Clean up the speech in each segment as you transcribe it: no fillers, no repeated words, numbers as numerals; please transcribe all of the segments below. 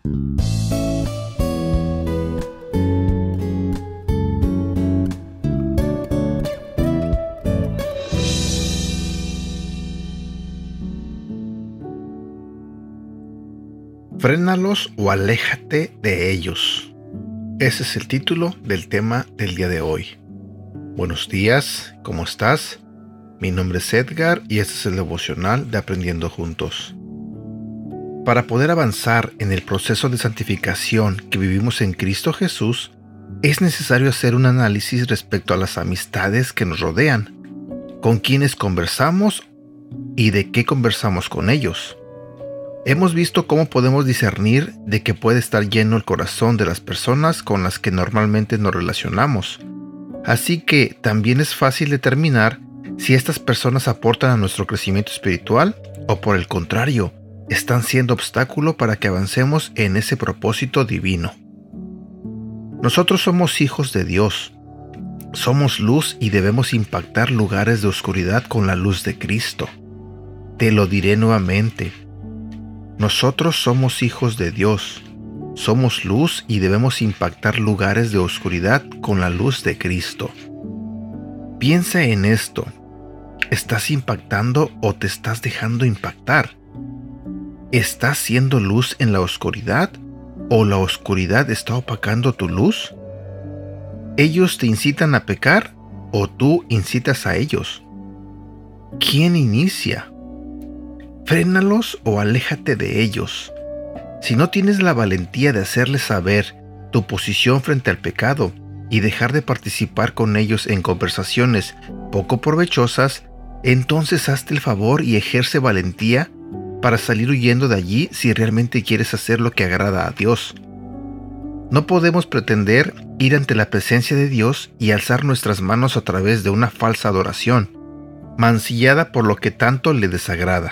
Frénalos o aléjate de ellos. Ese es el título del tema del día de hoy. Buenos días, ¿cómo estás? Mi nombre es Edgar y este es el devocional de Aprendiendo Juntos. Para poder avanzar en el proceso de santificación que vivimos en Cristo Jesús, es necesario hacer un análisis respecto a las amistades que nos rodean, con quienes conversamos y de qué conversamos con ellos. Hemos visto cómo podemos discernir de que puede estar lleno el corazón de las personas con las que normalmente nos relacionamos. Así que también es fácil determinar si estas personas aportan a nuestro crecimiento espiritual o por el contrario, están siendo obstáculo para que avancemos en ese propósito divino. Nosotros somos hijos de Dios. Somos luz y debemos impactar lugares de oscuridad con la luz de Cristo. Te lo diré nuevamente. Nosotros somos hijos de Dios, somos luz y debemos impactar lugares de oscuridad con la luz de Cristo. Piensa en esto. ¿Estás impactando o te estás dejando impactar? ¿Estás siendo luz en la oscuridad o la oscuridad está opacando tu luz? ¿Ellos te incitan a pecar o tú incitas a ellos? ¿Quién inicia? Frénalos o aléjate de ellos. Si no tienes la valentía de hacerles saber tu posición frente al pecado y dejar de participar con ellos en conversaciones poco provechosas, entonces hazte el favor y ejerce valentía para salir huyendo de allí si realmente quieres hacer lo que agrada a Dios. No podemos pretender ir ante la presencia de Dios y alzar nuestras manos a través de una falsa adoración, mancillada por lo que tanto le desagrada.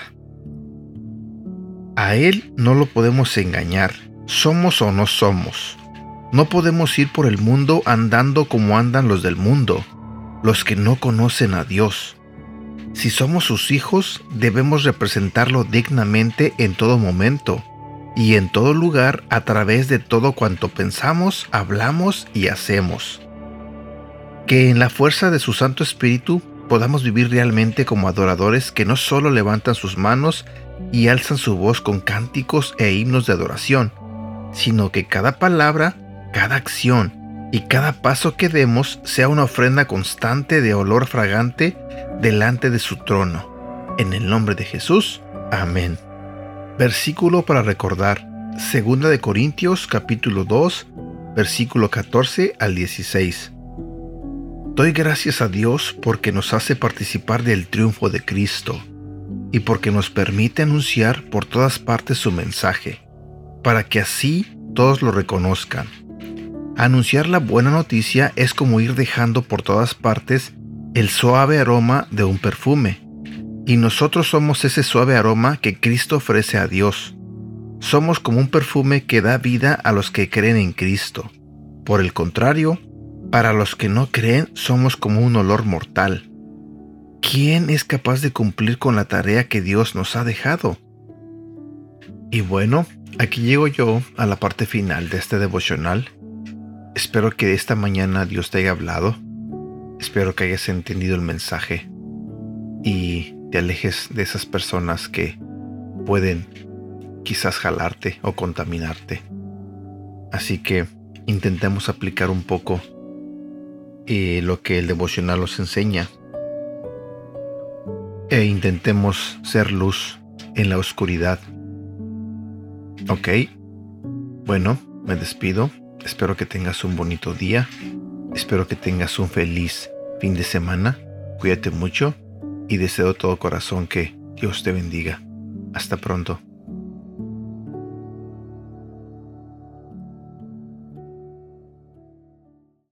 A Él no lo podemos engañar, somos o no somos. No podemos ir por el mundo andando como andan los del mundo, los que no conocen a Dios. Si somos sus hijos, debemos representarlo dignamente en todo momento y en todo lugar a través de todo cuanto pensamos, hablamos y hacemos. Que en la fuerza de su Santo Espíritu podamos vivir realmente como adoradores que no solo levantan sus manos y alzan su voz con cánticos e himnos de adoración, sino que cada palabra, cada acción y cada paso que demos sea una ofrenda constante de olor fragante delante de su trono. En el nombre de Jesús, amén. Versículo para recordar, 2 Corintios capítulo 2, versículo 14 al 16. Doy gracias a Dios porque nos hace participar del triunfo de Cristo y porque nos permite anunciar por todas partes su mensaje, para que así todos lo reconozcan. Anunciar la buena noticia es como ir dejando por todas partes el suave aroma de un perfume, y nosotros somos ese suave aroma que Cristo ofrece a Dios. Somos como un perfume que da vida a los que creen en Cristo. Por el contrario, para los que no creen somos como un olor mortal. ¿Quién es capaz de cumplir con la tarea que Dios nos ha dejado? Y bueno, aquí llego yo a la parte final de este devocional. Espero que esta mañana Dios te haya hablado. Espero que hayas entendido el mensaje y te alejes de esas personas que pueden quizás jalarte o contaminarte. Así que intentemos aplicar un poco lo que el devocional nos enseña. E intentemos ser luz en la oscuridad. Ok, bueno, me despido. Espero que tengas un bonito día. Espero que tengas un feliz fin de semana. Cuídate mucho y deseo de todo corazón que Dios te bendiga. Hasta pronto.